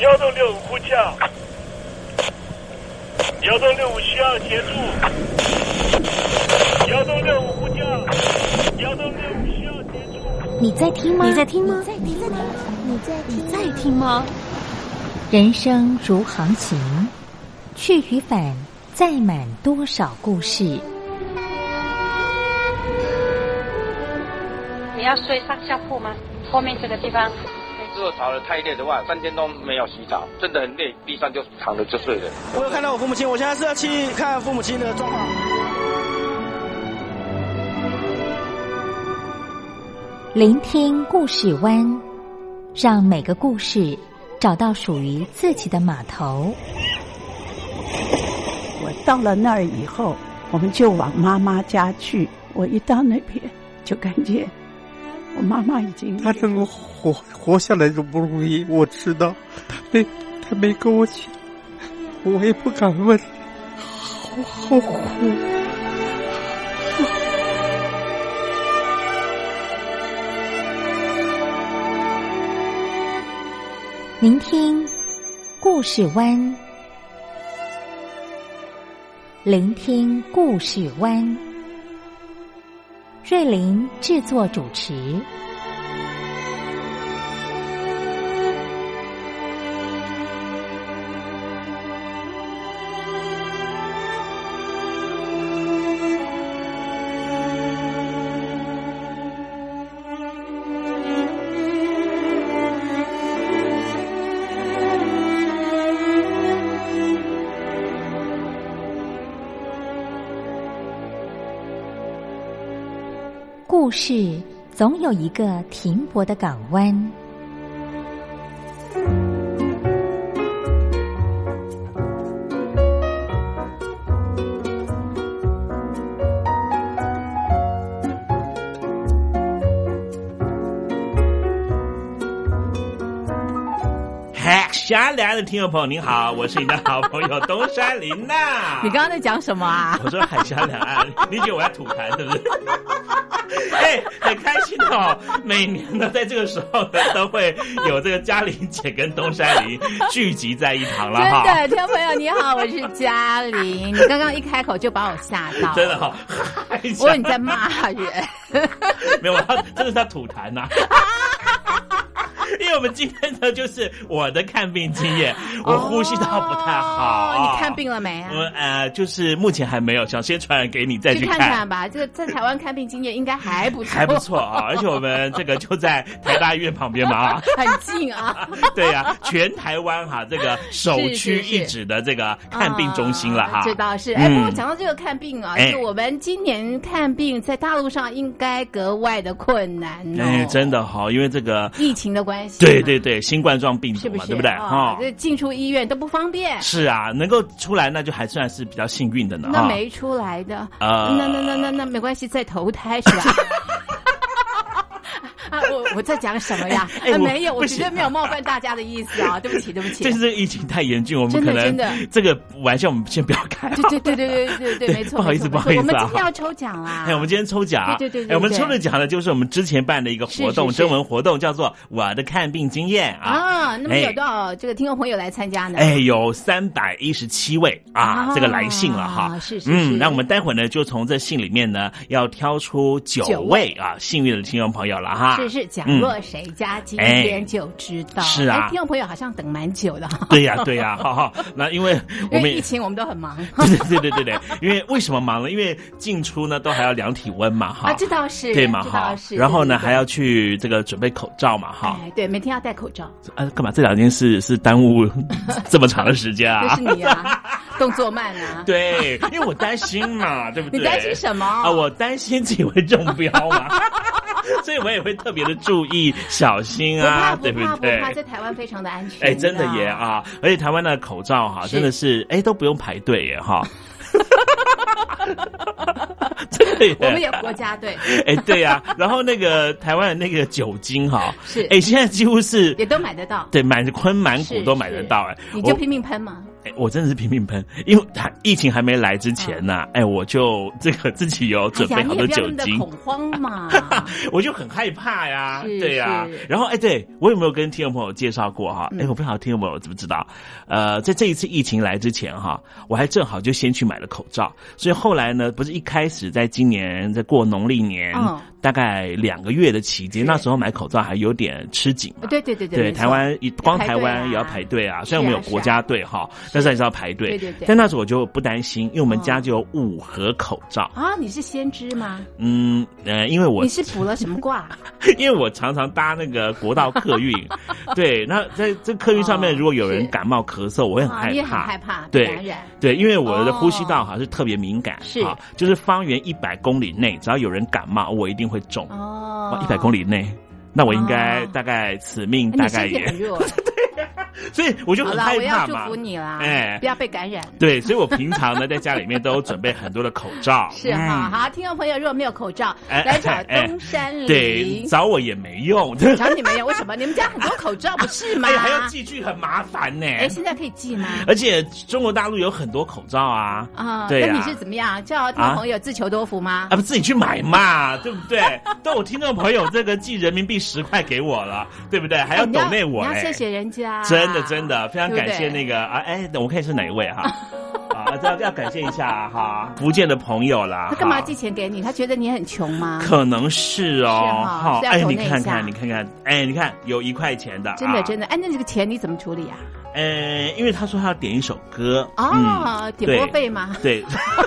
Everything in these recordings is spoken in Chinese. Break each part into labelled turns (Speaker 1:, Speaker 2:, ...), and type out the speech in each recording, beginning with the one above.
Speaker 1: 1栋65呼叫，1栋65需要协助，1栋65呼叫，1栋65需要协助。
Speaker 2: 你在听吗？
Speaker 3: 你在听吗？
Speaker 2: 你在听吗？
Speaker 4: 人生如航行，去与返，载满多少故事。
Speaker 5: 你要睡上下铺吗？后面这个地方。
Speaker 6: 如果吵得太累的话，3天都没有洗澡，真的很累，地上就躺着就睡了。
Speaker 7: 我有看到我父母亲，我现在是要去看父母亲的状况。
Speaker 4: 聆听故事湾，让每个故事找到属于自己的码头。
Speaker 8: 我到了那儿以后，我们就往妈妈家去。我一到那边，就感觉我妈妈已经
Speaker 9: 她能够活下来容不容易，我知道。她没跟我讲，我也不敢问，好苦。
Speaker 4: 聆听故事湾，聆听故事湾。瑞麟制作主持。故事总有一个停泊的港湾。
Speaker 10: 狭良的听众朋友您好，我是你的好朋友东山林娜。
Speaker 3: 你刚刚在讲什么啊？
Speaker 10: 我说海峡两岸，你觉得我要吐痰是不是？很开心哦！每年呢，在这个时候呢，都会有这个嘉玲姐跟东山林聚集在一堂了哈。
Speaker 3: 真的，听众朋友你好，我是嘉玲。你刚刚一开口就把我吓到，
Speaker 10: 真的哈！
Speaker 3: 我以为你在骂人，
Speaker 10: 没有，真的是他吐痰呐。因为我们今天呢，就是我的看病经验，我呼吸道不太好。
Speaker 3: 你看病了没啊？
Speaker 10: 就是目前还没有，想先传染给你再去
Speaker 3: 看看吧。这个在台湾看病经验应该还不错，
Speaker 10: 还不错啊！而且我们这个就在台大医院旁边嘛，
Speaker 3: 很近啊。
Speaker 10: 对呀，全台湾哈这个首屈一指的这个看病中心了哈。
Speaker 3: 这倒是。不过讲到这个看病啊，就我们今年看病在大陆上应该格外的困难哦。
Speaker 10: 真的哈，因为这个
Speaker 3: 疫情的关系。
Speaker 10: 对对对，新冠状病毒嘛，对不对？
Speaker 3: 这进出医院都不方便。
Speaker 10: 是啊，能够出来那就还算是比较幸运的呢。
Speaker 3: 那没出来的，那没关系，再投胎是吧？我在讲什么呀？没有，我绝对没有冒犯大家的意思啊！对不起。
Speaker 10: 这是疫情太严峻，我们可能这个玩笑我们先不要开。
Speaker 3: 对，没错。
Speaker 10: 不好意思啊。
Speaker 3: 我们今天要抽奖啦！
Speaker 10: 我们今天抽奖。
Speaker 3: 对。
Speaker 10: 我们抽的奖呢，就是我们之前办的一个活动，征文活动，叫做“我的看病经验”啊。
Speaker 3: 那么有多少这个听众朋友来参加呢？
Speaker 10: 有317位啊，这个来信了哈。
Speaker 3: 是。
Speaker 10: 那我们待会儿呢，就从这信里面呢，要挑出9位啊幸运的听众朋友了哈。
Speaker 3: 是，奖落谁家，今天就知道。
Speaker 10: 是啊，
Speaker 3: 听众朋友好像等蛮久的。
Speaker 10: 对呀，好。那因为我们
Speaker 3: 疫情我们都很忙。
Speaker 10: 对，因为为什么忙呢？因为进出呢都还要量体温嘛哈。
Speaker 3: 这倒是。
Speaker 10: 对嘛哈。然后呢还要去这个准备口罩嘛哈。
Speaker 3: 对，每天要戴口罩。
Speaker 10: 干嘛？这2件事是耽误这么长的时间啊？
Speaker 3: 这是你啊，动作慢啊。
Speaker 10: 对，因为我担心嘛，对不对？
Speaker 3: 你担心什么？
Speaker 10: 我担心自己会中标嘛。所以我也会特别的注意小心啊，对不对？
Speaker 3: 不怕，在台湾非常的安全。
Speaker 10: 真的耶啊！而且台湾的口罩哈，真的是都不用排队耶哈。真的耶，
Speaker 3: 我们有国家队。
Speaker 10: 对呀。然后那个台湾的那个酒精哈，
Speaker 3: 是
Speaker 10: 现在几乎是
Speaker 3: 也都买得到。
Speaker 10: 对，满坤满谷都买得到
Speaker 3: 你就拼命喷嘛。
Speaker 10: 我真的是频频喷，因为疫情还没来之前呢，我就这个自己有准备好多酒精，
Speaker 3: 你也不要那么恐慌嘛，
Speaker 10: 我就很害怕呀，对呀。然后对我有没有跟听众朋友介绍过哈？我不知道听众朋友知不知道，在这一次疫情来之前哈，我还正好就先去买了口罩，所以后来呢，不是一开始在今年在过农历年，大概2个月的期间，那时候买口罩还有点吃紧嘛，对，台湾光台湾也要排队啊，虽然我们有国家队哈。但是还是要排队，对。但那时候我就不担心，因为我们家就有5盒口罩
Speaker 3: 啊。你是先知吗？
Speaker 10: 因为
Speaker 3: 你是卜了什么卦？
Speaker 10: 因为我常常搭那个国道客运，对。那在这客运上面，如果有人感冒咳嗽，我会很害怕，
Speaker 3: 你也很害怕感染。
Speaker 10: 对，因为我的呼吸道好像是特别敏感，
Speaker 3: 是，
Speaker 10: 就是方圆100公里内，只要有人感冒，我一定会中。100公里内，那我应该大概此命大概也。所以我就很害怕嘛。
Speaker 3: 我要祝福你啦，不要被感染。
Speaker 10: 对，所以我平常呢在家里面都有准备很多的口罩。
Speaker 3: 是哈，好，听众朋友如果没有口罩，来找东山林。
Speaker 10: 对，找我也没用。
Speaker 3: 找你没用，为什么？你们家很多口罩不是吗？
Speaker 10: 还要寄去，很麻烦呢。
Speaker 3: 现在可以寄吗？
Speaker 10: 而且中国大陆有很多口罩啊。对啊。
Speaker 3: 那你是怎么样？叫听众朋友自求多福吗？
Speaker 10: 不自己去买嘛，对不对？都有听众朋友这个寄人民币10块给我了，对不对？还要抖内我，
Speaker 3: 你要谢谢人家。
Speaker 10: 真的非常感谢那个我看是哪一位哈？要感谢一下哈，福建的朋友啦。
Speaker 3: 他干嘛寄钱给你？他觉得你很穷吗？
Speaker 10: 可能是哦。
Speaker 3: 好，
Speaker 10: 你看看，你看有1块钱的，
Speaker 3: 真的。那这个钱你怎么处理啊？
Speaker 10: 因为他说他要点一首歌
Speaker 3: 点播费吗？
Speaker 10: 对。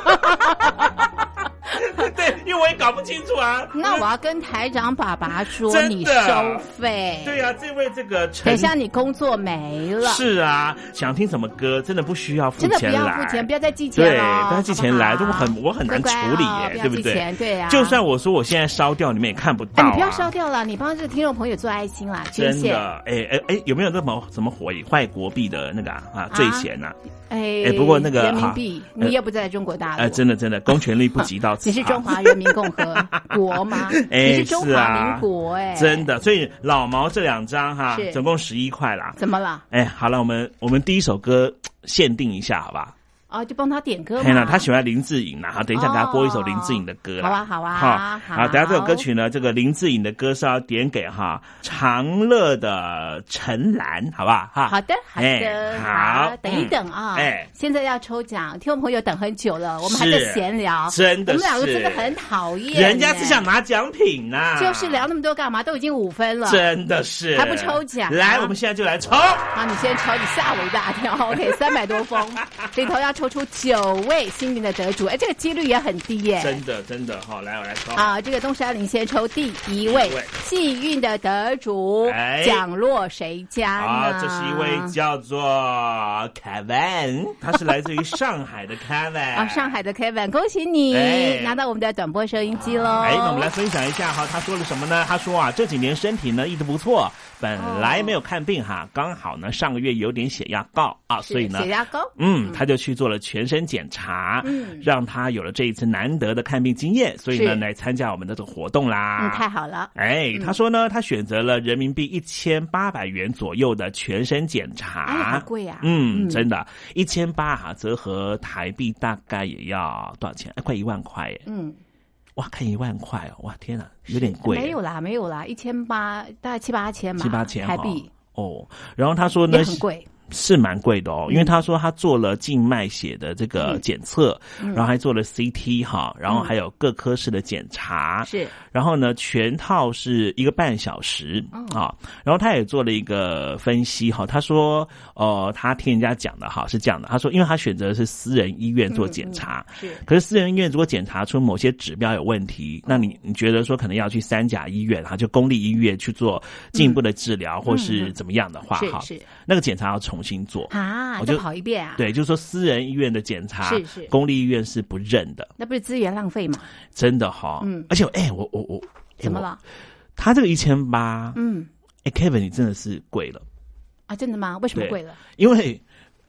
Speaker 10: 对，因为我也搞不清楚啊。
Speaker 3: 那我要跟台长爸爸说你收费。
Speaker 10: 对啊，这位这个
Speaker 3: 等一下你工作没了。
Speaker 10: 是啊，想听什么歌真的不需要付钱来，
Speaker 3: 真的不要付钱，不要再寄钱了。
Speaker 10: 对，不要寄钱来，我很难处理耶，对不对？
Speaker 3: 对啊。
Speaker 10: 就算我说我现在烧掉，你们也看不到。
Speaker 3: 你不要烧掉了，你帮这个听众朋友做爱心啦，
Speaker 10: 真的。有没有那么什么坏国币的那个罪嫌呐？不过那个
Speaker 3: 人民币，你也不在中国大陆。
Speaker 10: 真的，公权力不及到此。
Speaker 3: 你是中华人民共和国吗？你是中华民国
Speaker 10: 真的。所以老毛这2张哈，总共11块啦。
Speaker 3: 怎么了？
Speaker 10: 好了，我们第一首歌限定一下，好吧？
Speaker 3: 就帮他点歌嘛。
Speaker 10: 他喜欢林志颖啦，等一下给他播一首林志颖的歌啦。
Speaker 3: 好啊。
Speaker 10: 等一下这首歌曲呢，这个林志颖的歌是要点给长乐的陈兰，好不好？
Speaker 3: 好的，好，等一等啊。现在要抽奖，听众朋友等很久了，我们还在闲聊，
Speaker 10: 真的是，
Speaker 3: 我们2个真的很讨厌，
Speaker 10: 人家是想拿奖品呐，
Speaker 3: 就是聊那么多干嘛？都已经5分了，
Speaker 10: 真的是
Speaker 3: 还不抽奖？
Speaker 10: 来，我们现在就来抽。
Speaker 3: 好，你先抽，你吓我一大跳。OK，300多封，里头要抽出9位幸运的得主，这个几率也很低耶。
Speaker 10: 真的，好，来我来抽。
Speaker 3: 这个东山林先抽第1位幸运的得主，奖落谁家呢？
Speaker 10: 这是一位叫做 Kevin， 他是来自于上海的 Kevin。
Speaker 3: 上海的 Kevin， 恭喜你拿到我们的短波收音机喽。
Speaker 10: 那我们来分享一下他说了什么呢？他说这几年身体呢一直不错，本来没有看病刚好呢上个月有点血压高所以呢
Speaker 3: 血压高，
Speaker 10: 他就去做了全身检查，让他有了这一次难得的看病经验，所以呢来参加我们的这个活动啦。
Speaker 3: 太好了。
Speaker 10: 他说呢他选择了人民币1800元左右的全身检查。
Speaker 3: 好贵啊。
Speaker 10: 真的1800折合台币大概也要多少钱？快1万块耶。哇，看1万块哇，天哪，有点贵。
Speaker 3: 没有啦，1800大概7-8千嘛
Speaker 10: ，7-8千
Speaker 3: 台币。
Speaker 10: 然后他说呢，
Speaker 3: 也很贵。
Speaker 10: 是蛮贵的因为他说他做了静脉血的这个检测，然后还做了 CT 然后还有各科室的检查，
Speaker 3: 是，
Speaker 10: 然后呢全套是1个半小时然后他也做了一个分析他说他听人家讲的是这样的，他说因为他选择的是私人医院做检查，
Speaker 3: 是，
Speaker 10: 可是私人医院如果检查出某些指标有问题，那你觉得说可能要去3甲医院就公立医院去做进一步的治疗或是怎么样的话
Speaker 3: 是
Speaker 10: 那个检查要重新做
Speaker 3: 我就跑一遍
Speaker 10: 对，就是说私人医院的检查
Speaker 3: 是
Speaker 10: 公立医院是不认的，
Speaker 3: 那不是资源浪费吗？
Speaker 10: 真的而且我
Speaker 3: 怎么了？
Speaker 10: 他这个1800Kevin 你真的是贵了
Speaker 3: 真的吗？为什么贵了？
Speaker 10: 因为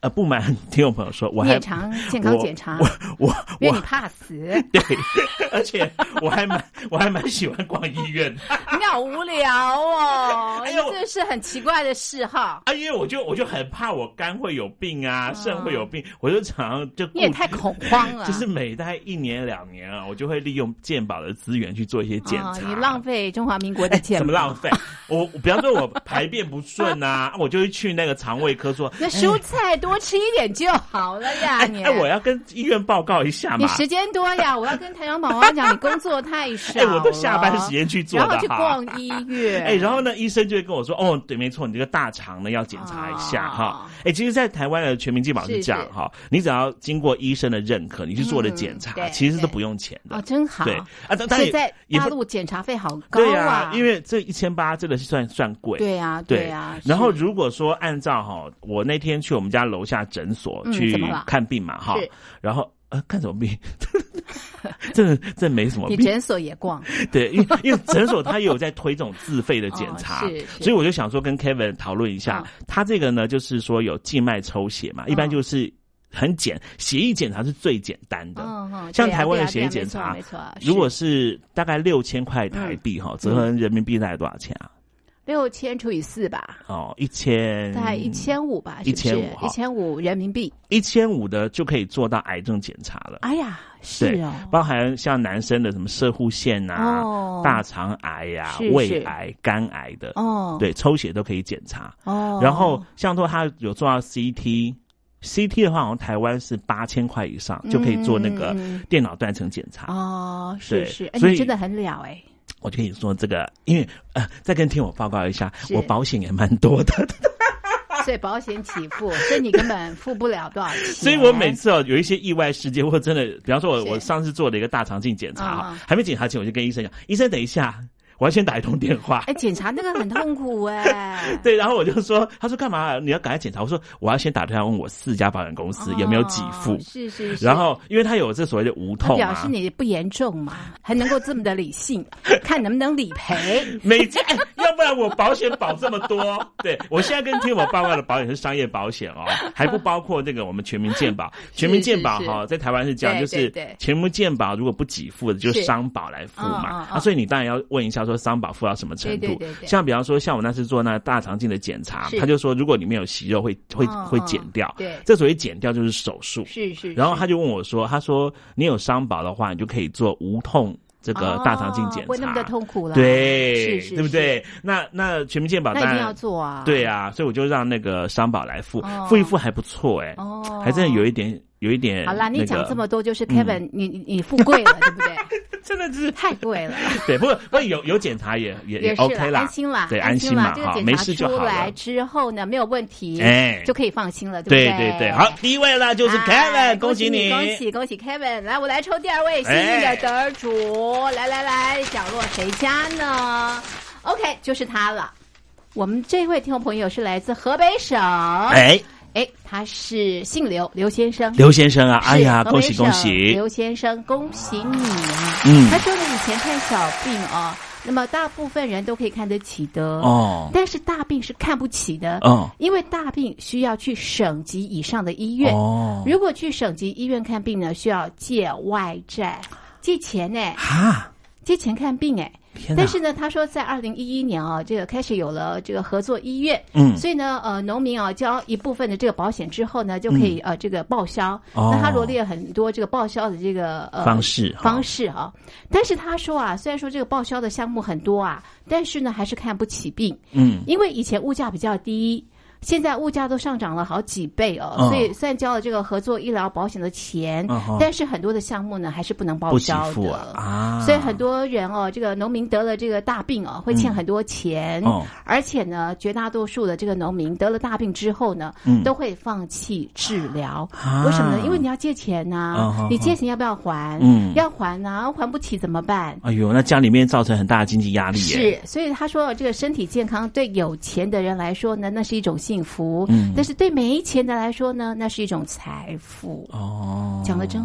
Speaker 10: 不瞒听众朋友说，我还
Speaker 3: 健康检查，因为你怕死。
Speaker 10: 对，而且我还蛮喜欢逛医院的。
Speaker 3: 你好无聊哦！哎呦，这是很奇怪的嗜好
Speaker 10: 啊！因为我就很怕我肝会有病啊，肾会有病，我就常常就
Speaker 3: 你也太恐慌了。
Speaker 10: 就是每大概1年2年啊，我就会利用健保的资源去做一些检查。
Speaker 3: 你浪费中华民国的健保？
Speaker 10: 怎么浪费？我比方说我排便不顺啊，我就会去那个肠胃科说，
Speaker 3: 那蔬菜多吃一点就好了呀。
Speaker 10: 我要跟医院报告一下嘛。
Speaker 3: 你时间多呀，我要跟台长宝宝讲，你工作太少了。
Speaker 10: 我都下班时间去做的，
Speaker 3: 然后去逛医院。
Speaker 10: 然后呢，医生就会跟我说，哦，对，没错，你这个大肠呢要检查一下哈。其实，在台湾的全民健保是这样哈，你只要经过医生的认可，你去做的检查，其实是不用钱的。
Speaker 3: 哦，真好。
Speaker 10: 对啊，
Speaker 3: 但是在大陆检查费好高啊。
Speaker 10: 对啊，因为这1800真的是算贵。
Speaker 3: 对啊，对啊。
Speaker 10: 然后如果说按照我那天去我们家楼下诊所去看病嘛哈，然后看什么病？这没什么病。
Speaker 3: 你诊所也逛？
Speaker 10: 对，因为诊所他也有在推这种自费的检查，所以我就想说跟 Kevin 讨论一下，他这个呢就是说有静脉抽血嘛，一般就是血液检查是最简单的。像台湾的血液检查，如果是大概6000块台币折合人民币大概多少钱啊
Speaker 3: ？6000除以4吧。
Speaker 10: 1000
Speaker 3: 大概1500吧，1500人民币。
Speaker 10: 1500的就可以做到癌症检查了。
Speaker 3: 哎呀，是哦，
Speaker 10: 包含像男生的什么摄护腺啊、大肠癌啊、胃癌、肝癌的，对，抽血都可以检查。然后像说他有做到 CT 的话，好像台湾是8000块以上就可以做那个电脑断层检查。
Speaker 3: 是，所以你真的很了
Speaker 10: 我就跟你说这个，因为再跟听我报告一下，我保险也蛮多的。
Speaker 3: 所以保险起付，所以你根本付不了多少钱。
Speaker 10: 所以我每次有一些意外事件，或真的，比方说我上次做了一个大肠镜检查，还没检查前我就跟医生讲，医生等一下。我要先打一通电话。
Speaker 3: 检查那个很痛苦
Speaker 10: 对，然后我就说，他说干嘛？你要赶快检查。我说我要先打电话问我4家保险公司有没有给付。
Speaker 3: 是。
Speaker 10: 然后因为他有这所谓的无痛
Speaker 3: 表示你不严重嘛，还能够这么的理性，看能不能理赔。
Speaker 10: 要不然我保险保这么多。对，我现在跟听我报告的保险是商业保险还不包括那个我们全民健保。全民健保在台湾是这样，就是全民健保如果不给付的，就是商保来付嘛。所以你当然要问一下。说商保付到什么程度？对，像比方说，像我那次做那大肠镜的检查，他就说，如果里面有息肉会剪掉。对，这所谓剪掉就是手术。是。然后他就问我说，他说你有商保的话，你就可以做无痛这个大肠镜检查，
Speaker 3: 不会那么的痛苦了。
Speaker 10: 对，对不对？那全民健保
Speaker 3: 那一定要做啊。
Speaker 10: 对啊，所以我就让那个商保来付，付一付还不错还真的有一点。
Speaker 3: 好啦，你讲这么多，就是 Kevin，你富贵了，对不对？
Speaker 10: 真的是
Speaker 3: 太贵了。
Speaker 10: 对，不过有检查也 OK 啦，
Speaker 3: 安心啦，
Speaker 10: 对，安心嘛，
Speaker 3: 这个检查出来之后呢，没有问题，就可以放心了，
Speaker 10: 对
Speaker 3: 不对？
Speaker 10: 对。好，第一位呢就是 Kevin， 恭喜你，
Speaker 3: 恭喜 Kevin！ 来，我来抽第2位幸运的得主，来，角落谁家呢 ？OK， 就是他了。我们这位听众朋友是来自河北省，他是姓刘，刘先生。刘先生啊，哎呀，恭喜！刘先生，恭喜你啊！他说呢，以前看小病那么大部分人都可以看得起的但是大病是看不起的因为大病需要去省级以上的医院如果去省级医院看病呢，需要借外债，借钱借钱看病但是呢，他说在2011年这个开始有了这个合作医院，所以呢，农民交一部分的这个保险之后呢，就可以这个报销。那他罗列了很多这个报销的这个方式但是他说虽然说这个报销的项目很多但是呢，还是看不起病。因为以前物价比较低。现在物价都上涨了好几倍所以虽然交了这个合作医疗保险的钱但是很多的项目呢还是不能报销的所以很多人这个农民得了这个大病会欠很多钱而且呢绝大多数的这个农民得了大病之后呢都会放弃治疗为什么呢？因为你要借钱你借钱要不要还要还还不起怎么办？哎呦，那家里面造成很大的经济压力是，所以他说这个身体健康对有钱的人来说呢，那是一种幸福但是对没钱的来说呢，那是一种财富讲得真好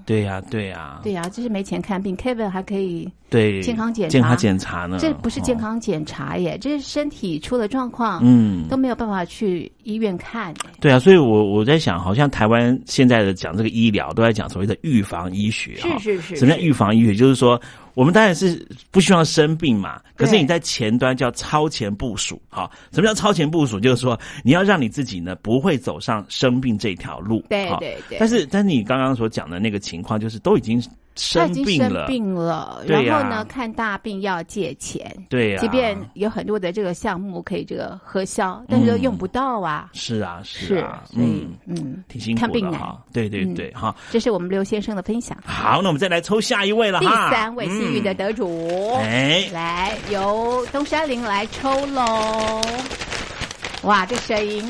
Speaker 10: 对呀，对呀，
Speaker 3: 对呀，这是没钱看病 ，Kevin 还可以
Speaker 10: 对
Speaker 3: 健康检查
Speaker 10: 呢，
Speaker 3: 这不是健康检查耶，这是身体出了状况，都没有办法去医院看。
Speaker 10: 对啊，所以我在想，好像台湾现在的讲这个医疗都在讲所谓的预防医学，
Speaker 3: 是，
Speaker 10: 什么叫预防医学？就是说，我们当然是不希望生病嘛，可是你在前端叫超前部署。好，什么叫超前部署？就是说你要让你自己呢不会走上生病这条路。
Speaker 3: 对。
Speaker 10: 但是你刚刚所讲的那个情况，就是都已经生病了，
Speaker 3: 然后呢，看大病要借钱，
Speaker 10: 对呀，
Speaker 3: 即便有很多的这个项目可以这个核销，但是都用不到啊。
Speaker 10: 是啊，
Speaker 3: 所以
Speaker 10: 挺辛苦的，
Speaker 3: 看病难。
Speaker 10: 对，哈，
Speaker 3: 这是我们刘先生的分享。
Speaker 10: 好，那我们再来抽下一位了
Speaker 3: 哈，第3位幸运的得主，来由东山林来抽喽。哇，这声音，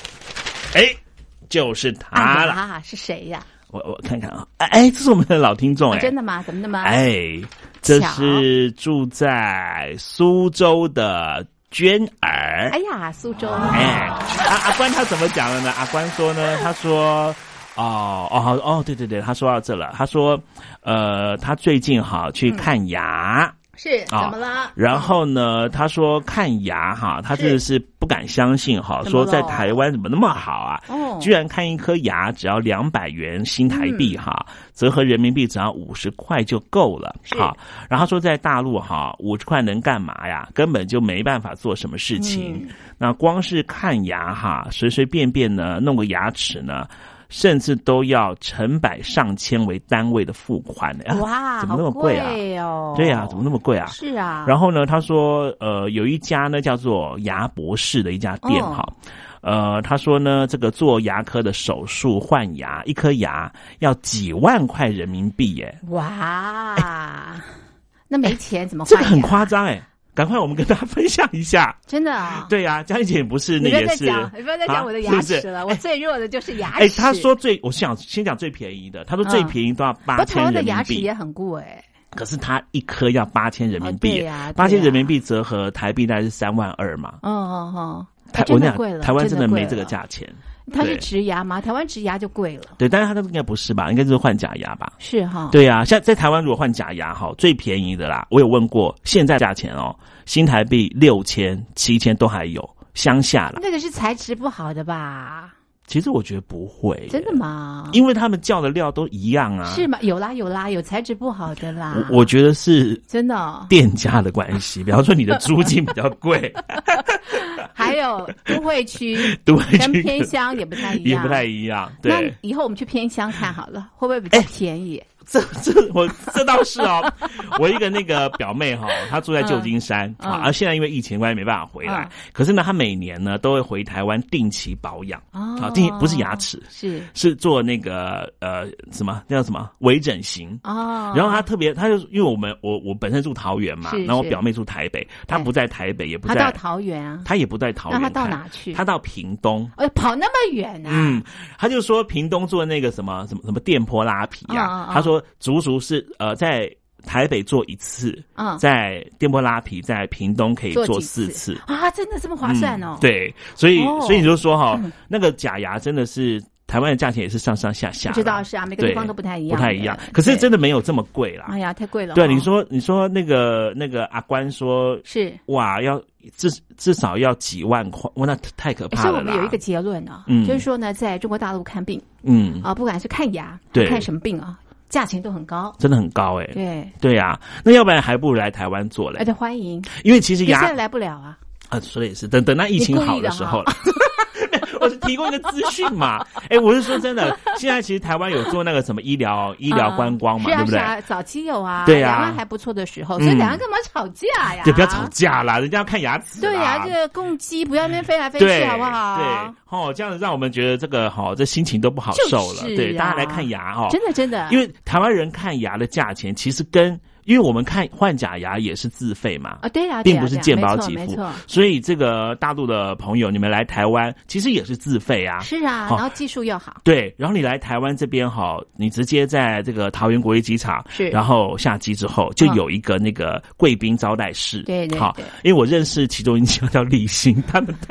Speaker 10: 就是他了，
Speaker 3: 是谁呀？
Speaker 10: 我看看啊，这是我们的老听众
Speaker 3: 真的吗？怎么那么
Speaker 10: 这是住在苏州的娟儿。
Speaker 3: 哎呀，苏州
Speaker 10: 阿关他怎么讲了呢？阿关说呢，他说对，他说到这了，他说他最近去看牙。
Speaker 3: 是怎么了？
Speaker 10: 然后呢，他说看牙他真的是不敢相信说在台湾怎么那么好啊？居然看一颗牙只要200元新台币折合人民币只要50块就够了。然后说在大陆50块能干嘛呀？根本就没办法做什么事情。那光是看牙随随便便呢弄个牙齿呢，甚至都要成百上千为单位的付款。
Speaker 3: 哇，
Speaker 10: 怎么那么贵啊？对呀，怎么那么贵啊？
Speaker 3: 是啊。
Speaker 10: 然后呢，他说有一家呢叫做牙博士的一家店他说呢，这个做牙科的手术换牙，一颗牙要几万块人民币耶！
Speaker 3: 哇，那没钱怎么换？
Speaker 10: 这个很夸张赶快我们跟大家分享一下。
Speaker 3: 真的啊？
Speaker 10: 对呀，嘉义姐不是那也是。
Speaker 3: 你不要再讲我的牙齿了，我最弱的就是牙齿。
Speaker 10: 他说我想先讲最便宜的，他说最便宜都要8000人民币。
Speaker 3: 台湾的牙齿也很贵
Speaker 10: 可是他一颗要8000人民币，8000人民币折合台币大概是32000嘛。
Speaker 3: 真的贵了，
Speaker 10: 台湾真的没这个价钱。
Speaker 3: 它是植牙吗？台湾植牙就贵了。
Speaker 10: 对，但是它应该不是吧？应该就是换假牙吧？
Speaker 3: 是哈。
Speaker 10: 对啊，像在台湾如果换假牙最便宜的啦，我有问过，现在价钱新台币6000、7000都还有，乡下啦。
Speaker 3: 那个是材质不好的吧？
Speaker 10: 其实我觉得不会。
Speaker 3: 真的吗？
Speaker 10: 因为他们叫的料都一样啊。
Speaker 3: 是吗？有啦，有材质不好的啦。
Speaker 10: 我觉得是
Speaker 3: 真的
Speaker 10: 店家的关系，比方说你的租金比较贵。
Speaker 3: 还有都会区跟偏乡也不太一样，
Speaker 10: 对。
Speaker 3: 那以后我们去偏乡看好了，会不会比较便宜？
Speaker 10: 这倒是我一个那个表妹她住在旧金山而现在因为疫情关系没办法回来，可是呢她每年呢都会回台湾定期保养不是牙齿，是做那个什么叫什么微整形然后她特别，她就因为我本身住桃园嘛，然后我表妹住台北，她不在台北也不在，
Speaker 3: 她到桃园啊，
Speaker 10: 她也不在桃园，
Speaker 3: 那她到哪去？
Speaker 10: 她到屏东，
Speaker 3: 跑那么远啊？
Speaker 10: 她就说屏东做那个什么电波拉皮她说足是在台北做1次，在电波拉皮在屏东可以做4次
Speaker 3: 啊，真的这么划算
Speaker 10: 对，所以你就说那个假牙真的是台湾的价钱也是上上下下，
Speaker 3: 知道是啊，每个地方都不太一样，
Speaker 10: 可是真的没有这么贵啦。
Speaker 3: 哎呀，太贵了。
Speaker 10: 对，你说那个阿关说
Speaker 3: 是
Speaker 10: 哇，要至少要几万块，哇，那太可怕了啦。
Speaker 3: 所以我们有一个结论就是说呢，在中国大陆看病，不管是看牙，看什么病价钱都很高，
Speaker 10: 真的很高对啊，那要不然还不如来台湾做嘞。
Speaker 3: 欢迎，
Speaker 10: 因为其实牙
Speaker 3: 你现在来不了
Speaker 10: 说的也是，等那疫情好的时候了。我是提供一个资讯嘛，我是说真的，现在其实台湾有做那个什么医疗观光嘛，对不对？
Speaker 3: 是啊，早期有啊，
Speaker 10: 对啊，
Speaker 3: 两岸还不错的时候，所以两岸干嘛吵架呀？
Speaker 10: 对，不要吵架啦，人家要看牙齿。
Speaker 3: 对呀，这个公鸡不要那边飞来飞去，好不好？
Speaker 10: 对，这样子让我们觉得这个这心情都不好受了。对，大家来看牙
Speaker 3: 真的，
Speaker 10: 因为台湾人看牙的价钱其实因为我们看换假牙也是自费嘛，
Speaker 3: 对啊，
Speaker 10: 并不是健保给付，
Speaker 3: 没错，
Speaker 10: 所以这个大陆的朋友，你们来台湾其实也是自费啊。
Speaker 3: 是啊，然后技术又好。
Speaker 10: 对，然后你来台湾这边你直接在这个桃园国际机场，然后下机之后就有一个那个贵宾招待室，
Speaker 3: 对，
Speaker 10: 因为我认识其中一家叫立新，他们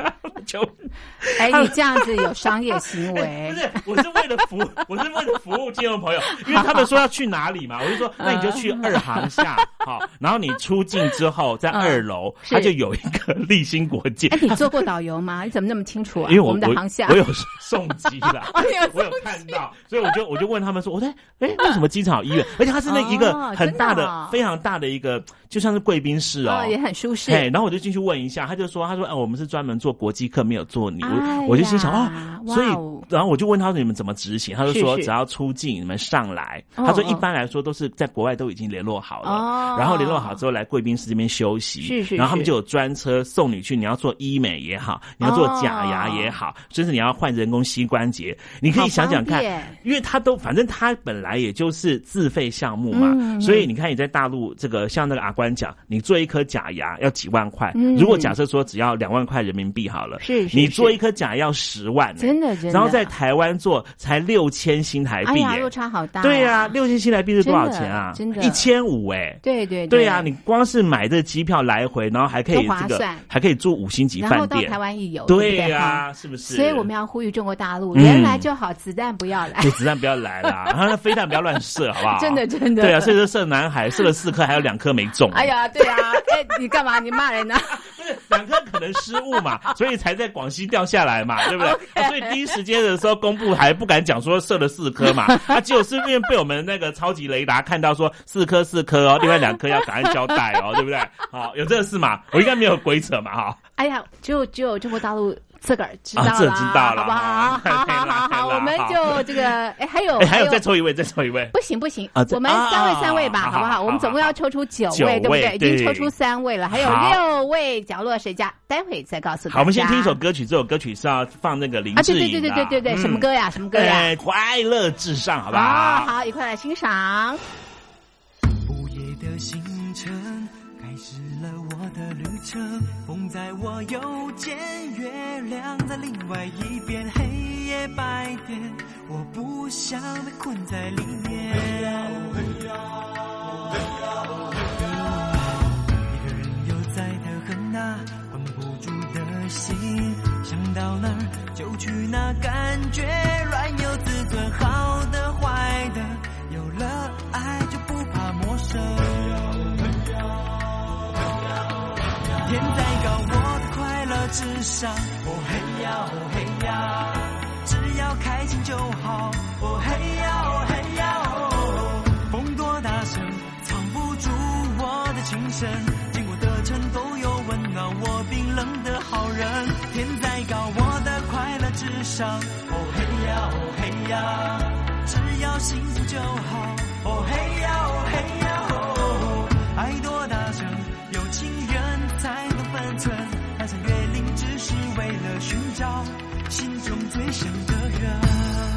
Speaker 10: 就
Speaker 3: 哎，你这样子有商业行为？
Speaker 10: 不是，我是为了服务听众朋友，因为他们说要去哪里嘛，我就说那你就去2航下，好，然后你出境之后在2楼，它就有一个立新国际。
Speaker 3: 哎，你做过导游吗？你怎么那么清楚啊？
Speaker 10: 因为
Speaker 3: 我们的航厦，
Speaker 10: 我有送机啦，我有看到，所以我就问他们说，为什么机场有医院？而且它是那一个很大的、非常大的一个，就像是贵宾室哦，
Speaker 3: 也很舒适。
Speaker 10: 然后我就进去问一下，他说我们是专门做国际课，没有做你。我就心想所以然后我就问他说你们怎么执行？他就说只要出境你们上来，他说一般来说都是在国外都已经联络好了，然后联络好之后来贵宾室这边休息，然后他们就有专车送你去，你要做医美也好，你要做假牙也好，甚至你要换人工膝关节，你可以想想看，因为反正他本来也就是自费项目嘛，所以你看你在大陆这个像那个阿关讲，你做一颗假牙要几万块，如果假设说只要2万块人民币好了，你做一颗假牙要10万，
Speaker 3: 真的，
Speaker 10: 然后在台湾做才6000新台币，
Speaker 3: 落差好大。
Speaker 10: 对啊，6000新台币是多少钱啊？
Speaker 3: 真的
Speaker 10: 1500哎。对啊，你光是买这机票来回，然后还可以还可以住5星级饭店，然后到
Speaker 3: 台湾一游，
Speaker 10: 对啊，是不是？
Speaker 3: 所以我们要呼吁中国大陆，人来就好，子弹不要来，
Speaker 10: 对，子弹不要来啦，然后那飞弹不要乱射，好不好？
Speaker 3: 真的。
Speaker 10: 对啊，所以说射南海射了4颗，还有2颗没中。
Speaker 3: 哎呀，对啊，你干嘛？你骂人呢？
Speaker 10: 不是2颗可能失误嘛，所以才在广西掉下来嘛，对不对？所以第一时间的时候公布还不敢讲说射了4颗嘛，结果是因为被我们那个超级雷达看到说4颗哦，另外2颗要赶快交代哦，对不对？好，有这个事嘛？我应该没有鬼扯嘛，哈。
Speaker 3: 哎呀，只有中国大陆自个儿知道啦，
Speaker 10: 这知道了，
Speaker 3: 好不好？好，我们就这个，还有
Speaker 10: 再抽一位，
Speaker 3: 不行，我们3位吧，好不好？我们总共要抽出9位，对不对？已经抽出3位了，还有6位角落谁家，待会再告诉大家。
Speaker 10: 好，我们先听一首歌曲，这首歌曲是要放那个林志颖的，
Speaker 3: 对，什么歌呀？
Speaker 10: 快乐至上，好不好？
Speaker 3: 好，一块来欣赏。
Speaker 11: 午夜的星辰开始了我的旅程，风在我右肩，月亮在另外一边，黑夜白天，我不想被困在里面。一个人悠哉的很啊，绷不住的心，想到哪儿就去哪，感觉软有自尊，好的坏的，有了爱就不怕陌生。天再高，我的快乐至上。哦嘿呀，哦嘿呀，只要开心就好。哦嘿呀，哦嘿呀，哦，风多大声，藏不住我的情深。经过的城都有温暖我冰冷的好人。天再高，我的快乐至上。哦嘿呀，哦嘿呀，只要幸福就好。哦嘿呀，哦嘿呀，哦，爱多大声，有情人才能分寸，翻山越岭只是为了寻找心中最想的人。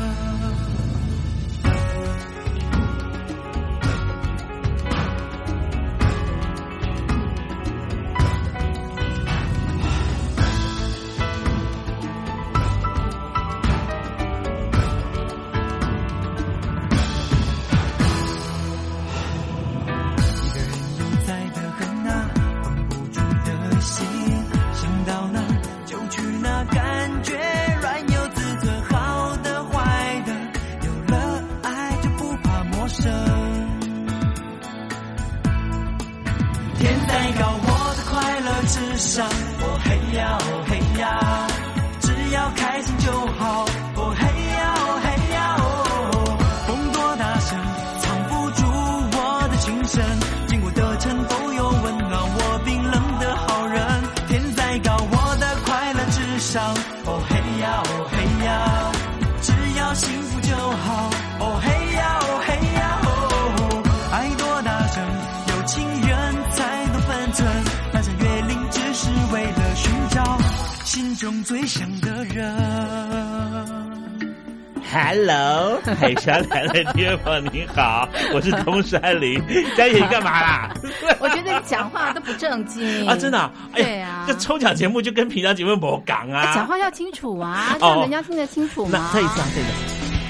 Speaker 11: 哦嘿呀，哦嘿呀，只要开心就好。哦嘿呀，哦嘿呀，哦，风多大声，藏不住我的情深。经过的城都有温暖我冰冷的好人。天再高，我的快乐至上。哦嘿呀，哦嘿呀，只要幸福就好。哦嘿呀，哦嘿呀，哦，爱多大声，有情人才能分寸。翻山越岭只是为了寻找心中最想的人。
Speaker 10: Hello， 海峡来的爹妈你好，我是东山林。佳姐你干嘛啦？
Speaker 3: 我觉得你讲话都不正经
Speaker 10: 啊，真的、啊？
Speaker 3: 对啊，
Speaker 10: 这抽奖节目就跟平常节目不讲啊，
Speaker 3: 讲话要清楚啊，让人家听得清楚嘛。
Speaker 10: 那这一次啊，这个。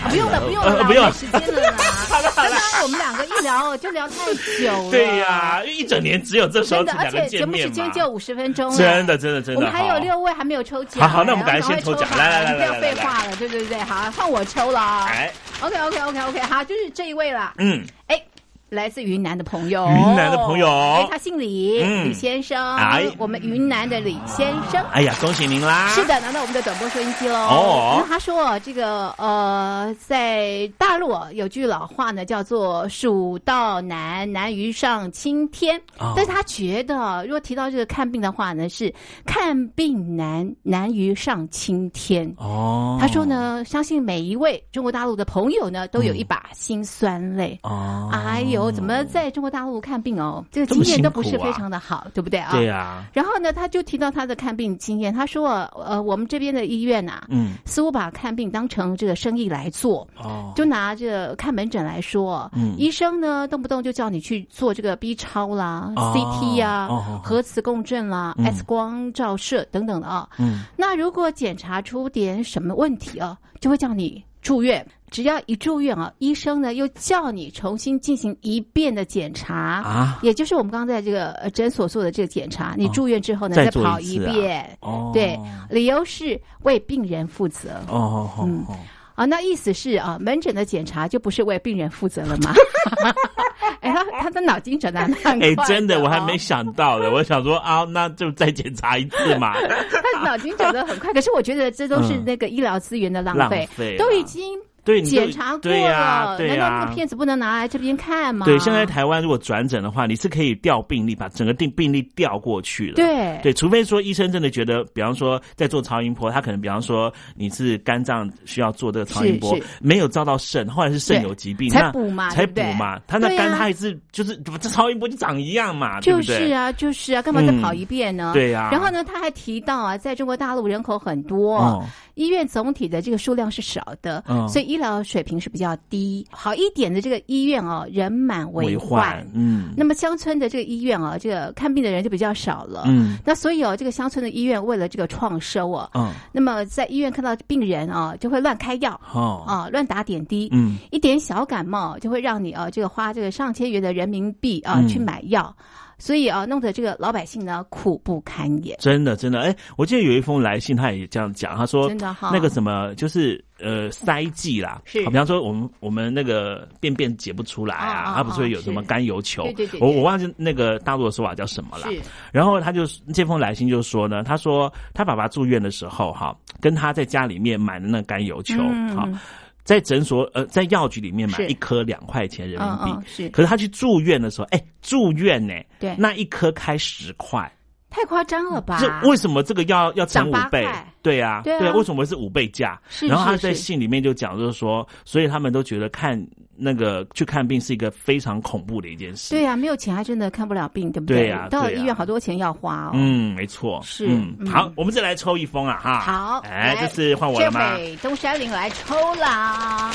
Speaker 3: 不用了，不用了，
Speaker 10: 不用
Speaker 3: 没时间了啦。
Speaker 10: 好了，
Speaker 3: 刚刚我们两个一聊就聊太久了。
Speaker 10: 对呀，一整年只有这时候
Speaker 3: 真的，而且节目时间就50分钟了。
Speaker 10: 真的。
Speaker 3: 我们还有6位还没有抽奖。
Speaker 10: 好，那我们赶快先抽奖。来，
Speaker 3: 不要废话了，对，好，换我抽了。哎 ，OK，好，就是这一位了。来自云南的朋友，他姓李，李先生，我们云南的李先生，
Speaker 10: 哎呀，恭喜您啦！
Speaker 3: 是的，拿到我们的短波收音机喽。那他说这个在大陆有句老话呢，叫做蜀道难，难于上青天。但是他觉得，如果提到这个看病的话呢，是看病难，难于上青天。他说呢，相信每一位中国大陆的朋友呢，都有一把辛酸泪。哎呦。怎么在中国大陆看病这个经验都不是非常的好，对不对啊？
Speaker 10: 对啊。
Speaker 3: 然后呢，他就提到他的看病经验，他说我们这边的医院似乎把看病当成这个生意来做。就拿这个看门诊来说，医生呢动不动就叫你去做这个 B 超啦、CT 啊、核磁共振啦、X 光照射等等的那如果检查出点什么问题就会叫你住院。只要一住院医生呢又叫你重新进行一遍的检查也就是我们刚刚在这个诊所做的这个检查，你住院之后呢再跑一遍。对，理由是为病人负责。那意思是门诊的检查就不是为病人负责了吗？他的脑筋转得很快。
Speaker 10: 真的，我还没想到的。我想说那就再检查一次嘛。
Speaker 3: 他脑筋转得很快，可是我觉得这都是那个医疗资源的浪费，都已经。检查过了，难道那个片子不能拿来这边看吗？
Speaker 10: 对，现在台湾如果转诊的话，你是可以调病历，把整个病历调过去了。对，除非说医生真的觉得，比方说在做超音波，他可能比方说你是肝脏需要做这个超音波，没有照到肾，后来是肾有疾病，
Speaker 3: 才补嘛，
Speaker 10: 他那肝他还是就是这超音波就长一样嘛，对不对？
Speaker 3: 就是啊，干嘛再跑一遍呢？
Speaker 10: 对呀。
Speaker 3: 然后呢，他还提到在中国大陆人口很多，医院总体的这个数量是少的，所以医疗水平是比较低。好一点的这个医院人满为患。那么乡村的这个医院这个看病的人就比较少了。那所以这个乡村的医院为了这个创收那么在医院看到病人就会乱开药乱打点滴。一点小感冒就会让你这个花这个上千元的人民币去买药。所以弄得这个老百姓呢苦不堪言。真的，
Speaker 10: 我记得有一封来信，他也这样讲，他说那个什么就是塞剂啦，比方说我们那个便解不出来他不是会有什么甘油球？对，我忘记那个大陆的说法叫什么了。然后他就这封来信就说呢，他说他爸爸住院的时候跟他在家里面买的那个甘油球在诊所在药局里面买一颗2块钱人民币，可是他去住院的时候，住院呢，对，那一颗开10块，
Speaker 3: 太夸张了吧？
Speaker 10: 这为什么这个要乘5倍？对啊，为什么是5倍价？然后他在信里面就讲，就是说，所以他们都觉得去看病是一个非常恐怖的一件事。对啊，
Speaker 3: 没有钱还真的看不了病，对不对？对啊，到了医院好多钱要花
Speaker 10: 没错。是，好，我们再来抽一封
Speaker 3: 好，
Speaker 10: 这次换我了吗？
Speaker 3: 这回东山林来抽啦。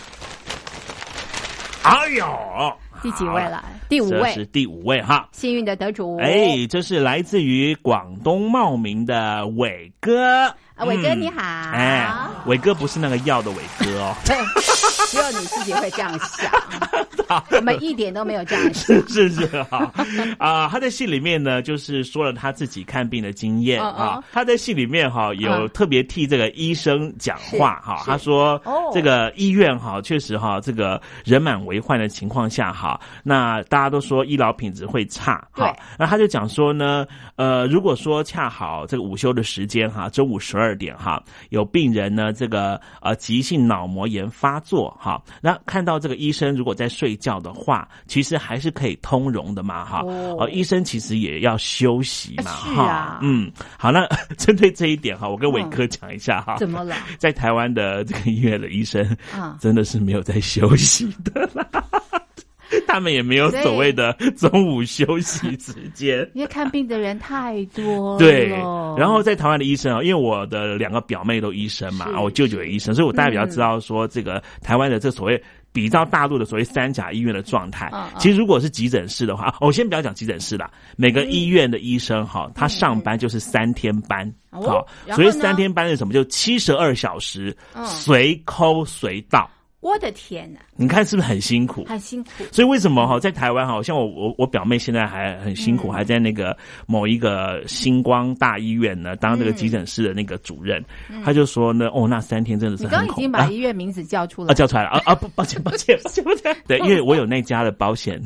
Speaker 10: 哎呦！
Speaker 3: 第几位了？第5位，
Speaker 10: 这是第5位
Speaker 3: 幸运的得主。
Speaker 10: 这是来自于广东茂名的伟哥。
Speaker 3: 伟哥你好。
Speaker 10: 伟哥不是那个药的伟哥
Speaker 3: 对，只有你自己会这样想，我们一点都没有这样想。
Speaker 10: 是他在信里面呢，就是说了他自己看病的经验他在信里面有特别替这个医生讲话他说这个医院确实这个人满为患的情况下那大家都说医疗品质会差那他就讲说呢如果说恰好这个午休的时间中午12点有病人呢这个急性脑膜炎发作那看到这个医生如果在睡觉的话，其实还是可以通融的嘛医生其实也要休息嘛好，那针对这一点我跟伟哥讲一下
Speaker 3: 怎么了？
Speaker 10: 在台湾的这个医院的医生真的是没有在休息的啦他们也没有所谓的中午休息时间，
Speaker 3: 因为看病的人太多了。
Speaker 10: 对，然后在台湾的医生因为我的2个表妹都医生嘛，我舅舅也医生，所以我大概比较知道说这个台湾的这所谓比照大陆的所谓3甲医院的状态。其实如果是急诊室的话，我先不要讲急诊室啦，每个医院的医生他上班就是3天班。所以3天班是什么？就72小时随扣随到。
Speaker 3: 我的天哪！
Speaker 10: 你看是不是很辛苦？
Speaker 3: 很辛苦。
Speaker 10: 所以为什么在台湾像我表妹现在还很辛苦，还在那个某一个星光大医院呢当这个急诊室的那个主任，他就说呢，那3天真的是很恐怖。
Speaker 3: 你刚刚已经把医院名字叫出来
Speaker 10: 叫出来了啊！抱歉，对，因为我有那家的保险。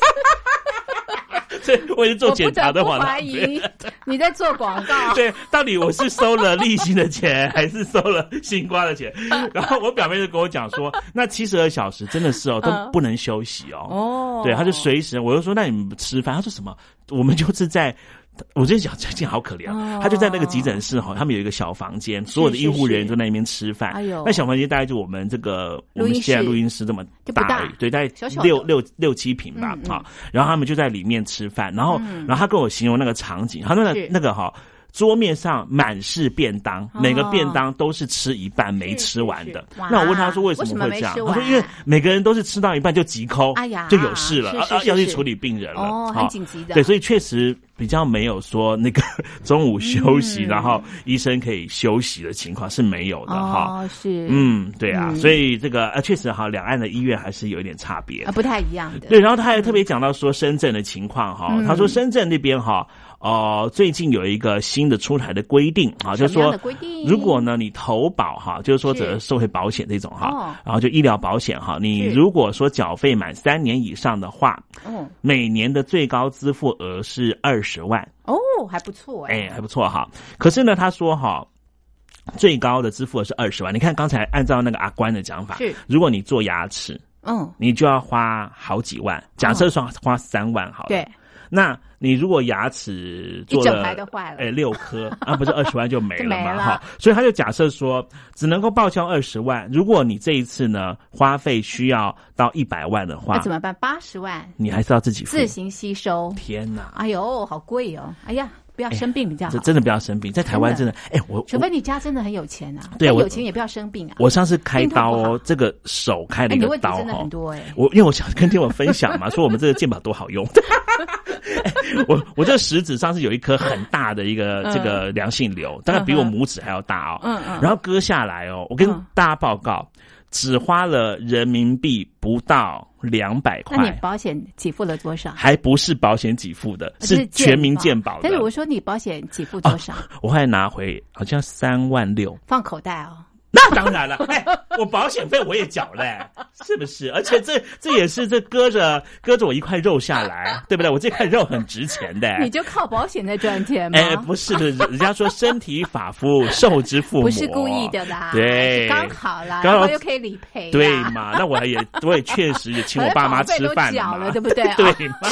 Speaker 10: 所以我是做检查的话，
Speaker 3: 我不得不怀疑你在做广告。
Speaker 10: 对，到底我是收了利息的钱，还是收了星光的钱？然后我表妹就跟我讲说，那72小时真的是都不能休息哦。对，他就随时，我就说那你们吃饭，他说什么？我们就是在。我就想最近好可怜他就在那个急诊室他们有一个小房间，所有的医护人员都在那边吃饭。那小房间大概就我们我们现在录音室这么大而已，对，大概六七坪吧然后他们就在里面吃饭，然后他跟我形容那个场景，他那个桌面上满是便当，每个便当都是吃一半没吃完的。那我问他说为什么会这样？他说因为每个人都是吃到一半就急抠，就有事了，要去处理病人了。
Speaker 3: 很紧急的。
Speaker 10: 对，所以确实比较没有说那个中午休息，然后医生可以休息的情况是没有的
Speaker 3: 是。
Speaker 10: 对啊，所以这个确实两岸的医院还是有一点差别，
Speaker 3: 不太一样的。
Speaker 10: 对，然后他还特别讲到说深圳的情况他说深圳那边最近有一个新的出台的规定就是说如果呢你投保就是说这社会保险这种然后就医疗保险你如果说缴费满3年以上的话，每年的最高支付额是20万
Speaker 3: 还不错
Speaker 10: 还不错可是呢他说最高的支付额是20万。你看刚才按照那个阿关的讲法，如果你做牙齿你就要花好几万，假设说花3万好了，对，那你如果牙齿做了
Speaker 3: 一整排都坏了
Speaker 10: 6颗不是20万就没了嘛所以他就假设说只能够报销20万，如果你这一次呢花费需要到100万的话，
Speaker 3: 那怎么办？80万
Speaker 10: 你还是要自己付，
Speaker 3: 自行吸收。
Speaker 10: 天哪，
Speaker 3: 哎呦好贵哎呀不要生病比较好，
Speaker 10: 真的不要生病，在台湾真的
Speaker 3: 除非你家真的很有钱
Speaker 10: 对，
Speaker 3: 有钱也不要生病
Speaker 10: 我上次开刀这个手开了一个刀
Speaker 3: 你问题真的很多
Speaker 10: 因为我想跟听我分享嘛说我们这个健保多好用我这食指上是有一颗很大的一个这个良性瘤，大概比我拇指还要大然后割下来我跟大家报告只花了人民币不到200块。
Speaker 3: 那你保险给付了多少？
Speaker 10: 还不是保险给付的，是全民健保的。
Speaker 3: 但是我说你保险给付多少？
Speaker 10: 我后来拿回好像3万6，
Speaker 3: 放口袋
Speaker 10: 那当然了，我保险费我也缴了是不是？而且这也是割着我一块肉下来，对不对？我这块肉很值钱的。
Speaker 3: 你就靠保险在赚钱吗？
Speaker 10: 不是的，人家说身体发肤受之父母，
Speaker 3: 不是故意的啦，
Speaker 10: 对，
Speaker 3: 刚好啦，然后又可以理赔，
Speaker 10: 对嘛？那我也确实也请我爸妈吃饭
Speaker 3: 嘛，了，对不对？
Speaker 10: 对嘛？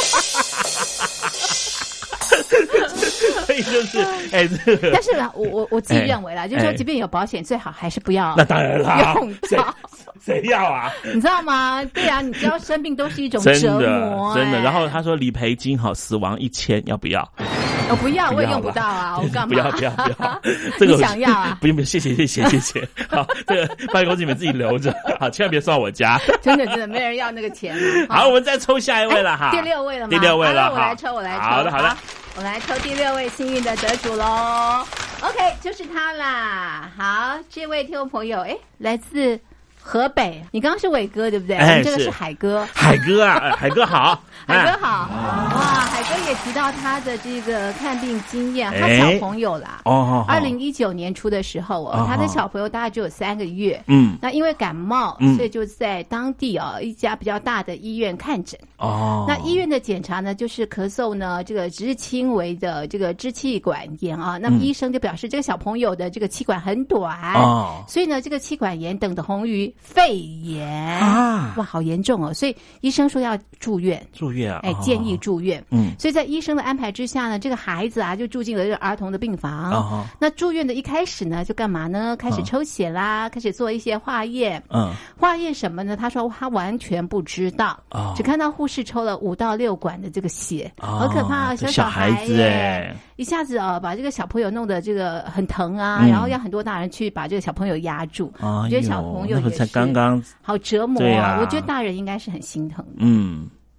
Speaker 10: 所以就是
Speaker 3: 但是我自己认为啦，就是说即便有保险最好还是不要。
Speaker 10: 那当然啦，
Speaker 3: 用到
Speaker 10: 谁要啊？
Speaker 3: 你知道吗？对啊，你只要生病都是一种折磨
Speaker 10: 真的。然后他说理赔金死亡1000要不要？
Speaker 3: 我不要，我也用不到啊！我干嘛？
Speaker 10: 不要！这个
Speaker 3: 你想要啊？
Speaker 10: 不用，谢谢。好，这个办公室你们自己留着，好，千万别送到我家。
Speaker 3: 真的，没人要那个钱。
Speaker 10: 好，我们再抽下一位了哈。
Speaker 3: 第6位了吗？
Speaker 10: 第6位了，
Speaker 3: 我来抽。
Speaker 10: 好的。
Speaker 3: 我来抽第6位幸运的得主喽。OK， 就是他啦。好，这位听众朋友，来自河北，你刚刚是伟哥对不对？这个是海哥。
Speaker 10: 海哥啊，海哥好，
Speaker 3: 海哥好。哇，海哥也提到他的这个看病经验，他小朋友啦。2019年初的时候他的小朋友大概只有3个月。那因为感冒，所以就在当地一家比较大的医院看诊。那医院的检查呢，就是咳嗽呢，这个只是轻微的这个支气管炎那么医生就表示这个小朋友的这个气管很短所以呢，这个气管炎等同于肺炎哇，好严重所以医生说要住院建议住院。所以在医生的安排之下呢，这个孩子就住进了这个儿童的病房。那住院的一开始呢，就干嘛呢？开始抽血啦，开始做一些化验。化验什么呢？他说他完全不知道，只看到护士抽了5到6管的这个血，好可怕小孩子一下子把这个小朋友弄得这个很疼然后要很多大人去把这个小朋友压住。我觉得小朋友也是
Speaker 10: 刚刚
Speaker 3: 好折磨我觉得大人应该是很心疼的。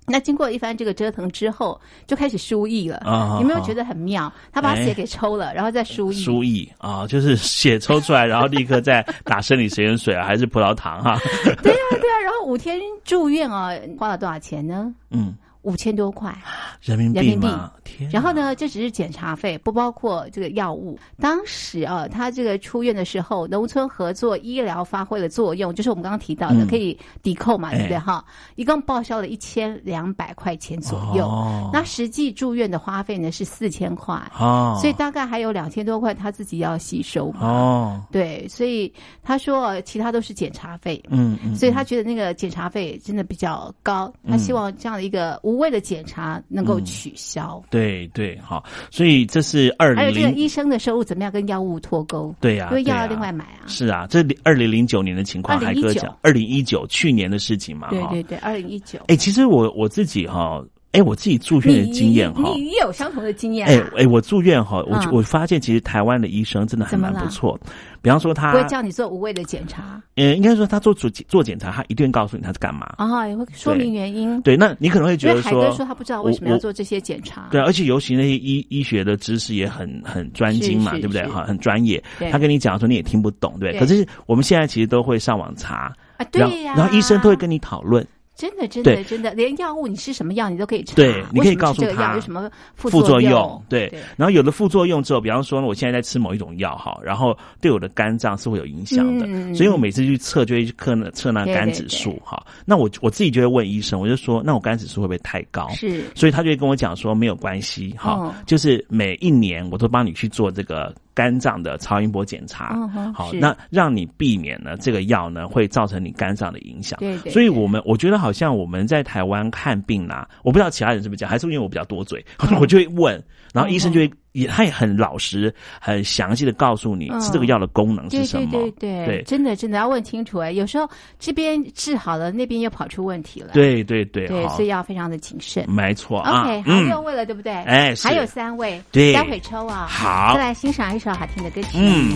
Speaker 3: 那经过一番这个折腾之后，就开始输液了。有没有觉得很妙？他把血给抽了，然后再输液。
Speaker 10: 输液啊，就是血抽出来，然后立刻再打生理食盐水还是葡萄糖哈？
Speaker 3: 对啊，然后5天住院花了多少钱呢？5000多块
Speaker 10: 人民币吗？
Speaker 3: 然后呢，这只是检查费，不包括这个药物。当时他这个出院的时候，农村合作医疗发挥了作用，就是我们刚刚提到的，可以抵扣嘛，对不对哈？一共报销了1200块钱左右。那实际住院的花费呢是4000块，所以大概还有2000多块他自己要吸收嘛。对，所以他说其他都是检查费。所以他觉得那个检查费真的比较高，他希望这样的一个无谓的检查能够取消。
Speaker 10: 对，好，所以这是2000，
Speaker 3: 还有这个医生的收入怎么样跟药物脱钩？
Speaker 10: 对呀，
Speaker 3: 因为药要另外买啊。
Speaker 10: 是啊，这2009年的情况，海哥讲2019去年的事情嘛。
Speaker 3: 对，2019。
Speaker 10: 其实我自己我自己住院的经验
Speaker 3: 你也有相同的经验
Speaker 10: 我住院我发现其实台湾的医生真的还蛮不错。比方说他
Speaker 3: 不会叫你做无谓的检查，
Speaker 10: 应该说他做检查，他一定告诉你他是干嘛
Speaker 3: 也会说明原因。
Speaker 10: 对，那你可能会觉得说，
Speaker 3: 海哥说他不知道为什么要做这些检查。
Speaker 10: 对，而且尤其那些医学的知识也很专精嘛，对不对？很专业。他跟你讲说你也听不懂，对。可是我们现在其实都会上网查
Speaker 3: 对呀，
Speaker 10: 然后医生都会跟你讨论。
Speaker 3: 真的，连药物你吃什么药你都可以查。
Speaker 10: 对，你可以告诉他
Speaker 3: 这个药有什么副
Speaker 10: 作用。对，然后有了副作用之后，比方说我现在在吃某一种药然后对我的肝脏是会有影响的，所以我每次去测就会去测那肝指数那我自己就会问医生，我就说那我肝指数会不会太高？
Speaker 3: 是，
Speaker 10: 所以他就会跟我讲说没有关系就是每1年我都帮你去做这个肝脏的超音波检查。好，那让你避免呢这个药呢会造成你肝脏的影响。
Speaker 3: 对，
Speaker 10: 所以我觉得好像我们在台湾看病我不知道其他人是不是这样，还是因为我比较多嘴，我就会问，然后医生就会他也很老实很详细的告诉你是这个药的功能是什么。
Speaker 3: 对，真的要问清楚。有时候这边治好了，那边又跑出问题了。
Speaker 10: 对，
Speaker 3: 所以要非常的谨慎。
Speaker 10: 没错。
Speaker 3: OK， 好，6位了，对不对？还有3位，
Speaker 10: 对，
Speaker 3: 待会抽
Speaker 10: 好，
Speaker 3: 再来欣赏一首好听的歌曲。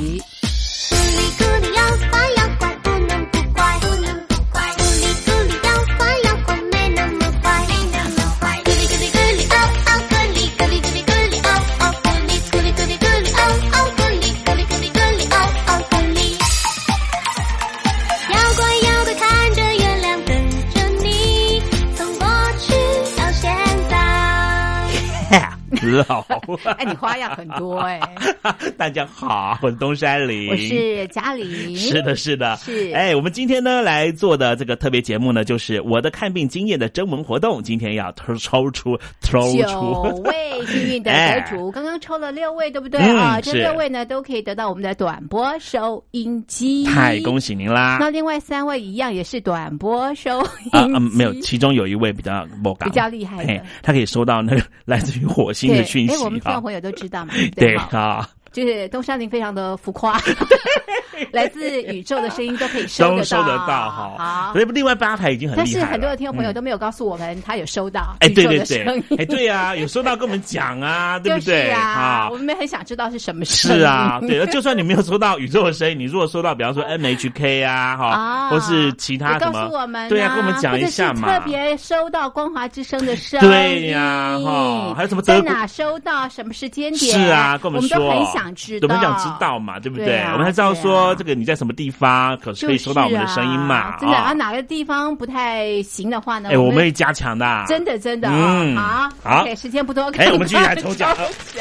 Speaker 10: 好
Speaker 3: 你花样很多
Speaker 10: 大家好，我是东山林，
Speaker 3: 我是嘉玲。
Speaker 10: 是的我们今天呢来做的这个特别节目呢，就是我的看病经验的征文活动。今天要抽出
Speaker 3: 9位幸运的得主刚刚抽了6位，对不对这6位呢都可以得到我们的短波收音机。
Speaker 10: 太恭喜您啦！
Speaker 3: 那另外3位一样也是短波收音机
Speaker 10: 没有，其中有一位比较厉害的，他可以收到那个来自于火星的讯息。
Speaker 3: 我们听众朋友都知道嘛，
Speaker 10: 对
Speaker 3: 就是东山林非常的浮夸，来自宇宙的声音都可以收得到
Speaker 10: 好，所以另外8台已经很厉害了。
Speaker 3: 但是很多的听众朋友都没有告诉我们他有收到
Speaker 10: 宇
Speaker 3: 宙的声音。
Speaker 10: 对啊，有收到跟我们讲对不对？
Speaker 3: 我们很想知道是什么声音。
Speaker 10: 是对，就算你没有收到宇宙的声音，你如果收到比方说 NHK 或是其他什么，
Speaker 3: 告诉我们
Speaker 10: 对跟我们讲一下嘛。
Speaker 3: 特别收到光华之声的声
Speaker 10: 音，对呀还有什么
Speaker 3: 在哪收到，什么时间点？
Speaker 10: 是跟我们说，
Speaker 3: 我们都很想知道，
Speaker 10: 我们想知道嘛，对不对？我们才知道说这个你在什么地方可以收到我们的声音嘛。
Speaker 3: 真的哪个地方不太行的话呢？
Speaker 10: 我们会加强的。
Speaker 3: 真的好 OK， 时间不多，
Speaker 10: 我们继续来抽奖。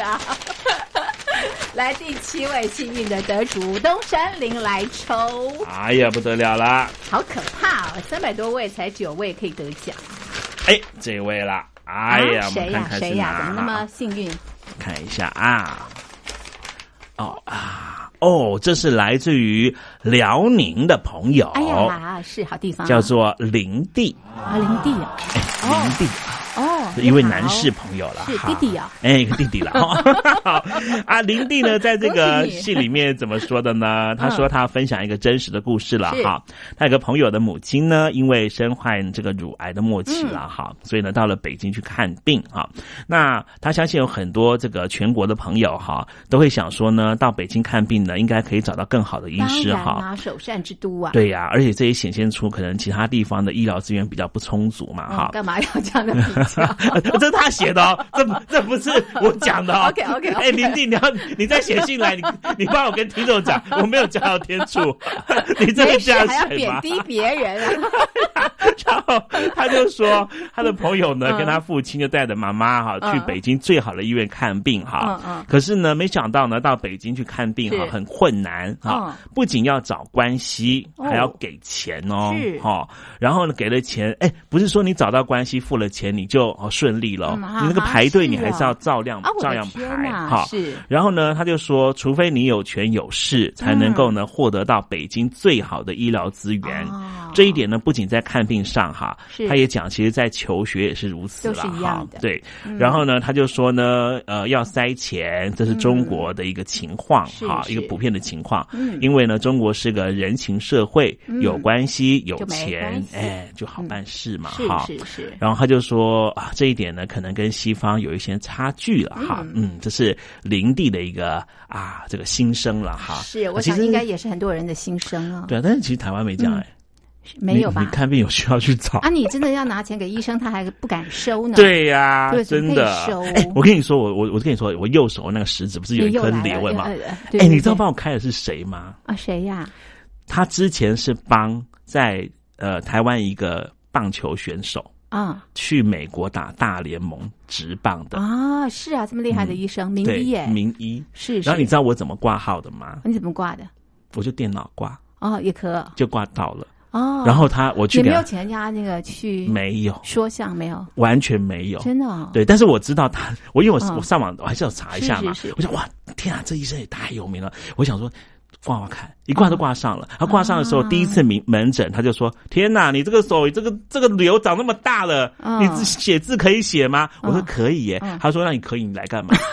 Speaker 3: 来第7位幸运的得主东山林来抽。
Speaker 10: 哎呀，不得了啦！
Speaker 3: 好可怕300多位才9位可以得奖。
Speaker 10: 这位啦！哎呀，
Speaker 3: 谁呀？怎么那么幸运？
Speaker 10: 看一下这是来自于辽宁的朋友。
Speaker 3: 哎呀，是好地方，
Speaker 10: 叫做林地。
Speaker 3: 林地
Speaker 10: 林地一位男士朋友了，
Speaker 3: 是弟弟啊，
Speaker 10: 一个弟弟了。啊，林弟呢，在这个信里面怎么说的呢？他说他分享一个真实的故事了哈。他有个朋友的母亲呢，因为身患这个乳癌的末期了哈，所以呢到了北京去看病哈。那他相信有很多这个全国的朋友哈，都会想说呢，到北京看病呢，应该可以找到更好的医师哈。
Speaker 3: 当然啦，首善之都啊。
Speaker 10: 对呀，而且这也显现出可能其他地方的医疗资源比较不充足嘛哈。
Speaker 3: 干嘛要这样的比较？
Speaker 10: 这是他写的哦，这不是我讲的哦。
Speaker 3: OK。
Speaker 10: 林弟，你再写信来，你帮我跟听众讲，我没有加到天助，你真的这样写吗？
Speaker 3: 还要贬低别人啊？
Speaker 10: 然后他就说，他的朋友呢，跟他父亲就带着妈妈哈去北京最好的医院看病哈。可是呢，没想到呢，到北京去看病哈很困难哈，不仅要找关系，还要给钱哦。是哈，然后呢，给了钱，不是说你找到关系付了钱你就顺利了，你那个排队你还是要照样排哈。是。然后呢，他就说，除非你有权有势，才能够呢获得到北京最好的医疗资源。这一点呢，不仅在看病上哈，他也讲，其实在求学也是如此了哈。对。然后呢，他就说呢，要塞钱，这是中国的一个情况哈，一个普遍的情况。因为呢，中国是个人情社会，有关系有钱，就好办事嘛哈。是。然后他就说啊，这一点呢，可能跟西方有一些差距了哈。这是林地的一个这个心声了哈。是，
Speaker 3: 我想应该也是很多人的心声啊。
Speaker 10: 对啊，但是其实台湾没这样
Speaker 3: 没有吧？
Speaker 10: 你看病有需要去找
Speaker 3: 啊？你真的要拿钱给医生，他还不敢收呢。
Speaker 10: 对呀，真的。我跟你说，我跟你说，我右手那个食指不是有一颗瘤吗？你知道帮我开的是谁吗？啊，
Speaker 3: 谁呀？
Speaker 10: 他之前是帮在台湾一个棒球选手去美国打大联盟职棒的
Speaker 3: 啊。是啊，这么厉害的医生，名医耶，
Speaker 10: 名医
Speaker 3: 是。
Speaker 10: 然后你知道我怎么挂号的吗？
Speaker 3: 你怎么挂的？
Speaker 10: 我就电脑挂
Speaker 3: 也可
Speaker 10: 就挂到了。然后我去
Speaker 3: 也没有请人家那个去
Speaker 10: 没有
Speaker 3: 说相没有，
Speaker 10: 完全没有，
Speaker 3: 真的
Speaker 10: 对，但是我知道他，因为我上网我还是要查一下嘛。我想哇，天啊，这医生也太有名了，我想说挂看，一挂都挂上了。他挂上的时候，第一次门诊他就说：“天哪，你这个手这个瘤长那么大了，你写字可以写吗？”我说：“可以耶。”他说：“那你可以，你来干嘛？”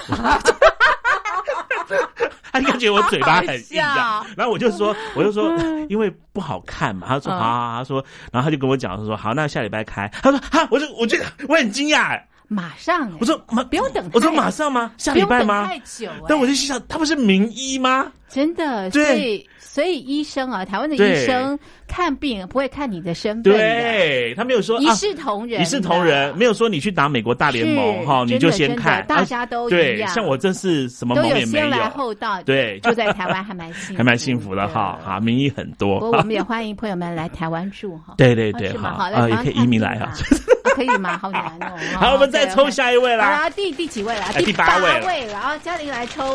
Speaker 10: 他应该觉得我嘴巴很硬的，然后我就说，因为不好看嘛。他说好，他说，然后他就跟我讲说好，那下礼拜开。他说我觉得我很惊讶
Speaker 3: 马上
Speaker 10: 我说
Speaker 3: 不用等，
Speaker 10: 我说马上吗？下礼拜吗？
Speaker 3: 太久
Speaker 10: 但我就心想，他不是名医吗？
Speaker 3: 真的，所以医生啊，台湾的医生看病不会看你的身份的，
Speaker 10: 对，他没有说
Speaker 3: 一视同仁，
Speaker 10: 一视同仁，没有说你去打美国大联盟哈，你就先看，
Speaker 3: 大家都一样。
Speaker 10: 对，像我这是什么盟也没有，
Speaker 3: 先来后到，
Speaker 10: 对，
Speaker 3: 住在台湾还蛮幸福
Speaker 10: 的哈，好，名医很多。
Speaker 3: 不过我们也欢迎朋友们来台湾住哈，
Speaker 10: 对，好，也可以移民来哈。
Speaker 3: 可以吗？好难哦。
Speaker 10: 好，我们再抽下一位啦。
Speaker 3: 好，第几位啦？
Speaker 10: 第8
Speaker 3: 位了。然后嘉玲来抽。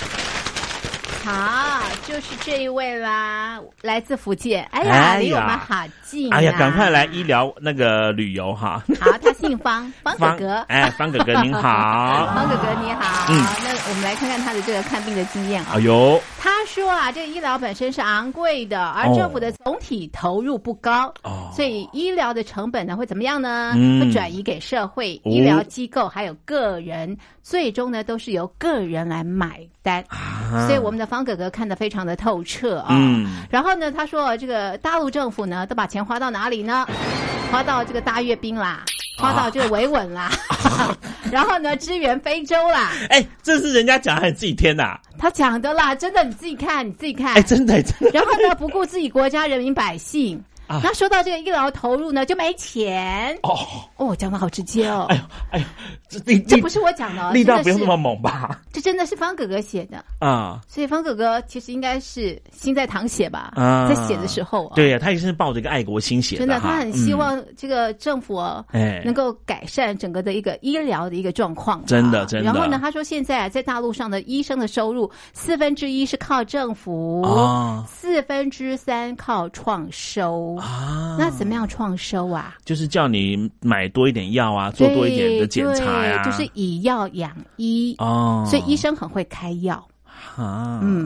Speaker 3: 好，就是这一位啦，来自福建。哎呀，离我们好近。
Speaker 10: 哎呀，赶快来医疗那个旅游哈。
Speaker 3: 好，他姓方，方哥哥。
Speaker 10: 方哥哥您好。
Speaker 3: 方哥哥你好。那我们来看看他的这个看病的经验啊。
Speaker 10: 哎呦，
Speaker 3: 他说啊，这个医疗本身是昂贵的，而政府的总体投入不高，所以医疗的成本呢会怎么样呢？会转移给社会、医疗机构还有个人，最终呢都是由个人来买单。所以我们的方哥哥看得非常的透彻啊。然后呢，他说这个大陆政府呢都把钱花到哪里呢？花到这个大阅兵啦，花到这个维稳啦，然后呢支援非洲啦。
Speaker 10: 这是人家讲还是自己添的？
Speaker 3: 他讲的啦，真的你自己看。
Speaker 10: 真的。
Speaker 3: 然后呢，不顾自己国家人民百姓。那说到这个医疗投入呢，就没钱。讲得好直接哦。
Speaker 10: 哎呦，
Speaker 3: 这不是我讲的，
Speaker 10: 力道不用那么猛吧？
Speaker 3: 这真的是方哥哥写的啊。所以方哥哥其实应该是心在淌血吧？在写的时候，
Speaker 10: 对呀，他也是抱着一个爱国心写的。
Speaker 3: 真的，他很希望这个政府能够改善整个的一个医疗的一个状况。
Speaker 10: 真的。
Speaker 3: 然后呢，他说现在在大陆上的医生的收入1/4是靠政府，3/4靠创收。那怎么样创收啊？
Speaker 10: 就是叫你买多一点药啊，做多一点的检查呀，
Speaker 3: 就是以药养医所以医生很会开药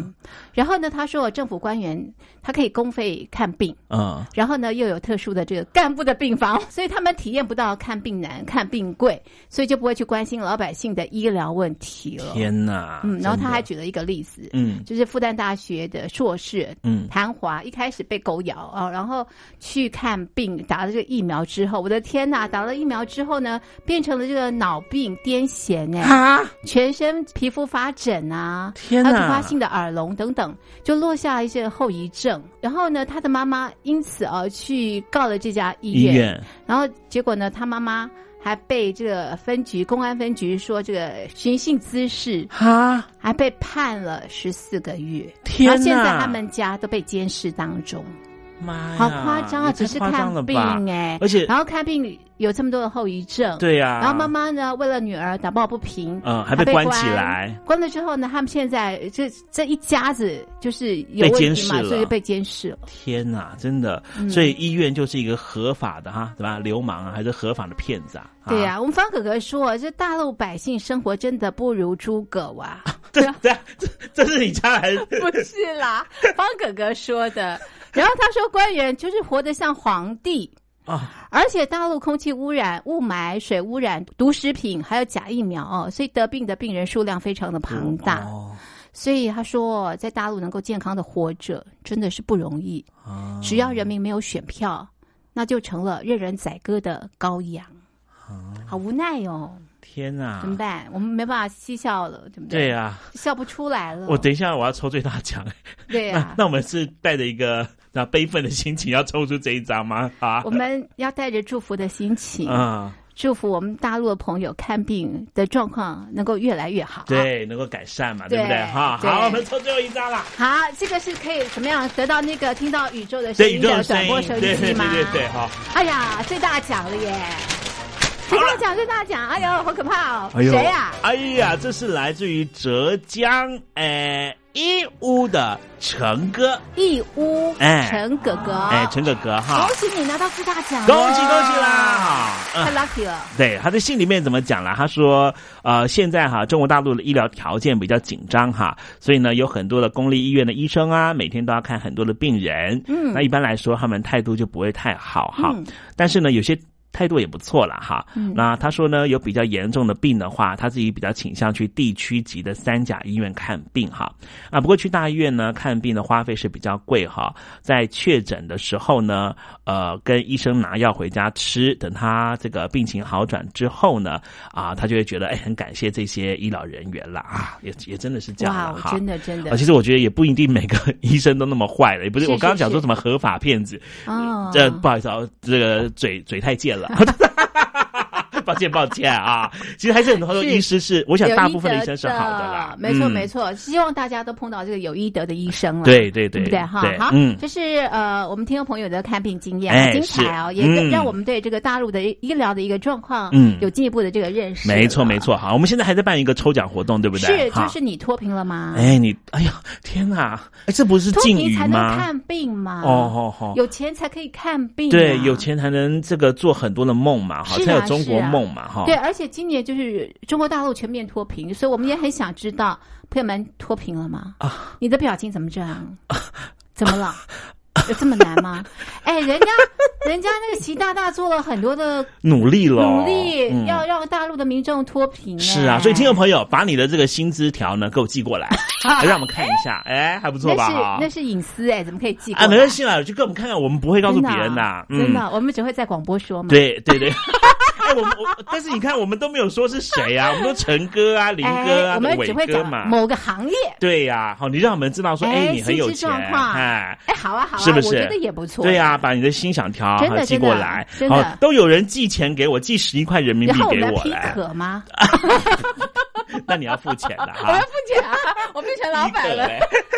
Speaker 3: 然后呢，他说政府官员他可以公费看病，然后呢又有特殊的这个干部的病房，所以他们体验不到看病难、看病贵，所以就不会去关心老百姓的医疗问题了。
Speaker 10: 天哪！
Speaker 3: 然后他还举了一个例子，就是复旦大学的硕士，谭华一开始被狗咬啊，然后去看病，打了这个疫苗之后，我的天哪！打了疫苗之后呢，变成了这个脑病、癫痫全身皮肤发疹啊，
Speaker 10: 天哪，
Speaker 3: 还有突发性的耳聋等等，就落下一些后遗症。然后呢，他的妈妈因此去告了这家医院，然后结果呢，他妈妈还被这个公安分局说这个寻衅滋事，还被判了14个月。
Speaker 10: 天哪！
Speaker 3: 然后现在他们家都被监视当中。
Speaker 10: 妈呀，
Speaker 3: 好夸张啊！只是看病
Speaker 10: 而且
Speaker 3: 然后看病有这么多的后遗症，
Speaker 10: 对呀。
Speaker 3: 然后妈妈呢，为了女儿打抱不平，
Speaker 10: 还被关起来。
Speaker 3: 关了之后呢，他们现在这一家子就是有问题嘛，所以被监视了。
Speaker 10: 天哪，真的！所以医院就是一个合法的对吧？流氓啊，还是合法的骗子啊？
Speaker 3: 对呀，我们方哥哥说，这大陆百姓生活真的不如猪狗啊！
Speaker 10: 这是你家还是？
Speaker 3: 不是啦，方哥哥说的。然后他说，官员就是活得像皇帝而且大陆空气污染、雾霾、水污染、毒食品，还有假疫苗所以得病的病人数量非常的庞大。所以他说，在大陆能够健康的活着，真的是不容易。只要人民没有选票，那就成了任人宰割的羔羊。好无奈哦。
Speaker 10: 天哪，
Speaker 3: 怎么办？我们没办法嬉笑了，对不对？
Speaker 10: 对啊，
Speaker 3: 笑不出来了。
Speaker 10: 我等一下我要抽最大奖。
Speaker 3: 对啊，
Speaker 10: 那我们是带着一个悲愤的心情要抽出这一张吗？
Speaker 3: 我们要带着祝福的心情祝福我们大陆的朋友看病的状况能够越来越好，
Speaker 10: 对，能够改善嘛，对不对？好，我们抽最后一张了。
Speaker 3: 好，这个是可以怎么样得到那个听到宇宙的声音的短波收音机吗？
Speaker 10: 对，好。
Speaker 3: 哎呀，最大奖了耶！最大奖！哎呦，好可怕哦！谁呀？
Speaker 10: 哎呀，这是来自于浙江义乌的陈哥，
Speaker 3: 义乌陈哥哥，
Speaker 10: 陈哥哥哈，
Speaker 3: 恭喜你拿到最大奖，
Speaker 10: 恭喜啦！
Speaker 3: 太 lucky 了。
Speaker 10: 对，他在信里面怎么讲啦？他说，现在中国大陆的医疗条件比较紧张所以呢，有很多的公立医院的医生每天都要看很多的病人。那一般来说，他们态度就不会太好但是呢，有些态度也不错啦那他说呢，有比较严重的病的话，他自己比较倾向去地区级的3甲医院看病不过去大医院呢看病的花费是比较贵在确诊的时候呢跟医生拿药回家吃，等他这个病情好转之后呢他就会觉得很感谢这些医疗人员啦也真的是这样啦
Speaker 3: 真的
Speaker 10: 其实我觉得也不一定每个医生都那么坏了，也不是我刚刚讲说什么合法骗子不好意思这个嘴太贱了抱歉其实还是很多医师是我想大部分的医生是好的啦，
Speaker 3: 没错希望大家都碰到这个有医德的医生了，
Speaker 10: 对
Speaker 3: 不对好这是我们听众朋友的看病经验很精彩也让我们对这个大陆的医疗的一个状况有进一步的这个认识。
Speaker 10: 没错好，我们现在还在办一个抽奖活动，对不对？
Speaker 3: 是，就是你脱贫了吗？
Speaker 10: 哎呀天哪，这不是禁语吗？脱贫才
Speaker 3: 能看病嘛，有钱才可以看病
Speaker 10: 对，有钱才能这个做很多的梦嘛才有中国梦嘛
Speaker 3: 对，而且今年就是中国大陆全面脱贫，所以我们也很想知道朋友们脱贫了吗？你的表情怎么这样？怎么了？有这么难吗？人家那个习大大做了很多的
Speaker 10: 努力
Speaker 3: 要让大陆的民众脱贫。
Speaker 10: 是啊，所以听众朋友把你的这个薪资条呢给我寄过来让我们看一下还不错吧？
Speaker 3: 那是隐私怎么可以寄过来？
Speaker 10: 没关系啦，就给我们看看，我们不会告诉别人的
Speaker 3: 真的我们只会在广播说嘛。
Speaker 10: 对但是你看我们都没有说是谁我们都陈哥林哥
Speaker 3: 我们只会讲某个行业。
Speaker 10: 对呀你让我们知道说你很有钱
Speaker 3: 好啊
Speaker 10: 是不是？
Speaker 3: 我觉得也不错。
Speaker 10: 对把你的心想条寄过来，
Speaker 3: 真的
Speaker 10: 都有人寄钱给我，寄11块人民币给我来。
Speaker 3: 然后我们批可吗？
Speaker 10: 那你要付钱的
Speaker 3: 我要付钱我变成老板了。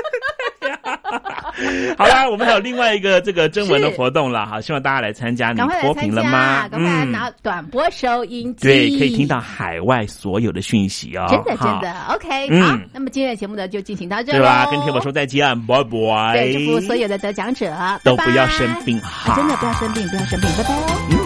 Speaker 10: 好啦，我们还有另外一个这个征文的活动了希望大家来参加。你脱贫了吗？
Speaker 3: 赶快来拿短波收音机，
Speaker 10: 对，可以听到海外所有的讯息
Speaker 3: 真的 OK 好，那么今天的节目呢就进行到这了，
Speaker 10: 对吧？跟天宝说再见，拜拜。
Speaker 3: 对，祝福所有的得奖者
Speaker 10: 都不要生病
Speaker 3: 真的不要生病，拜拜。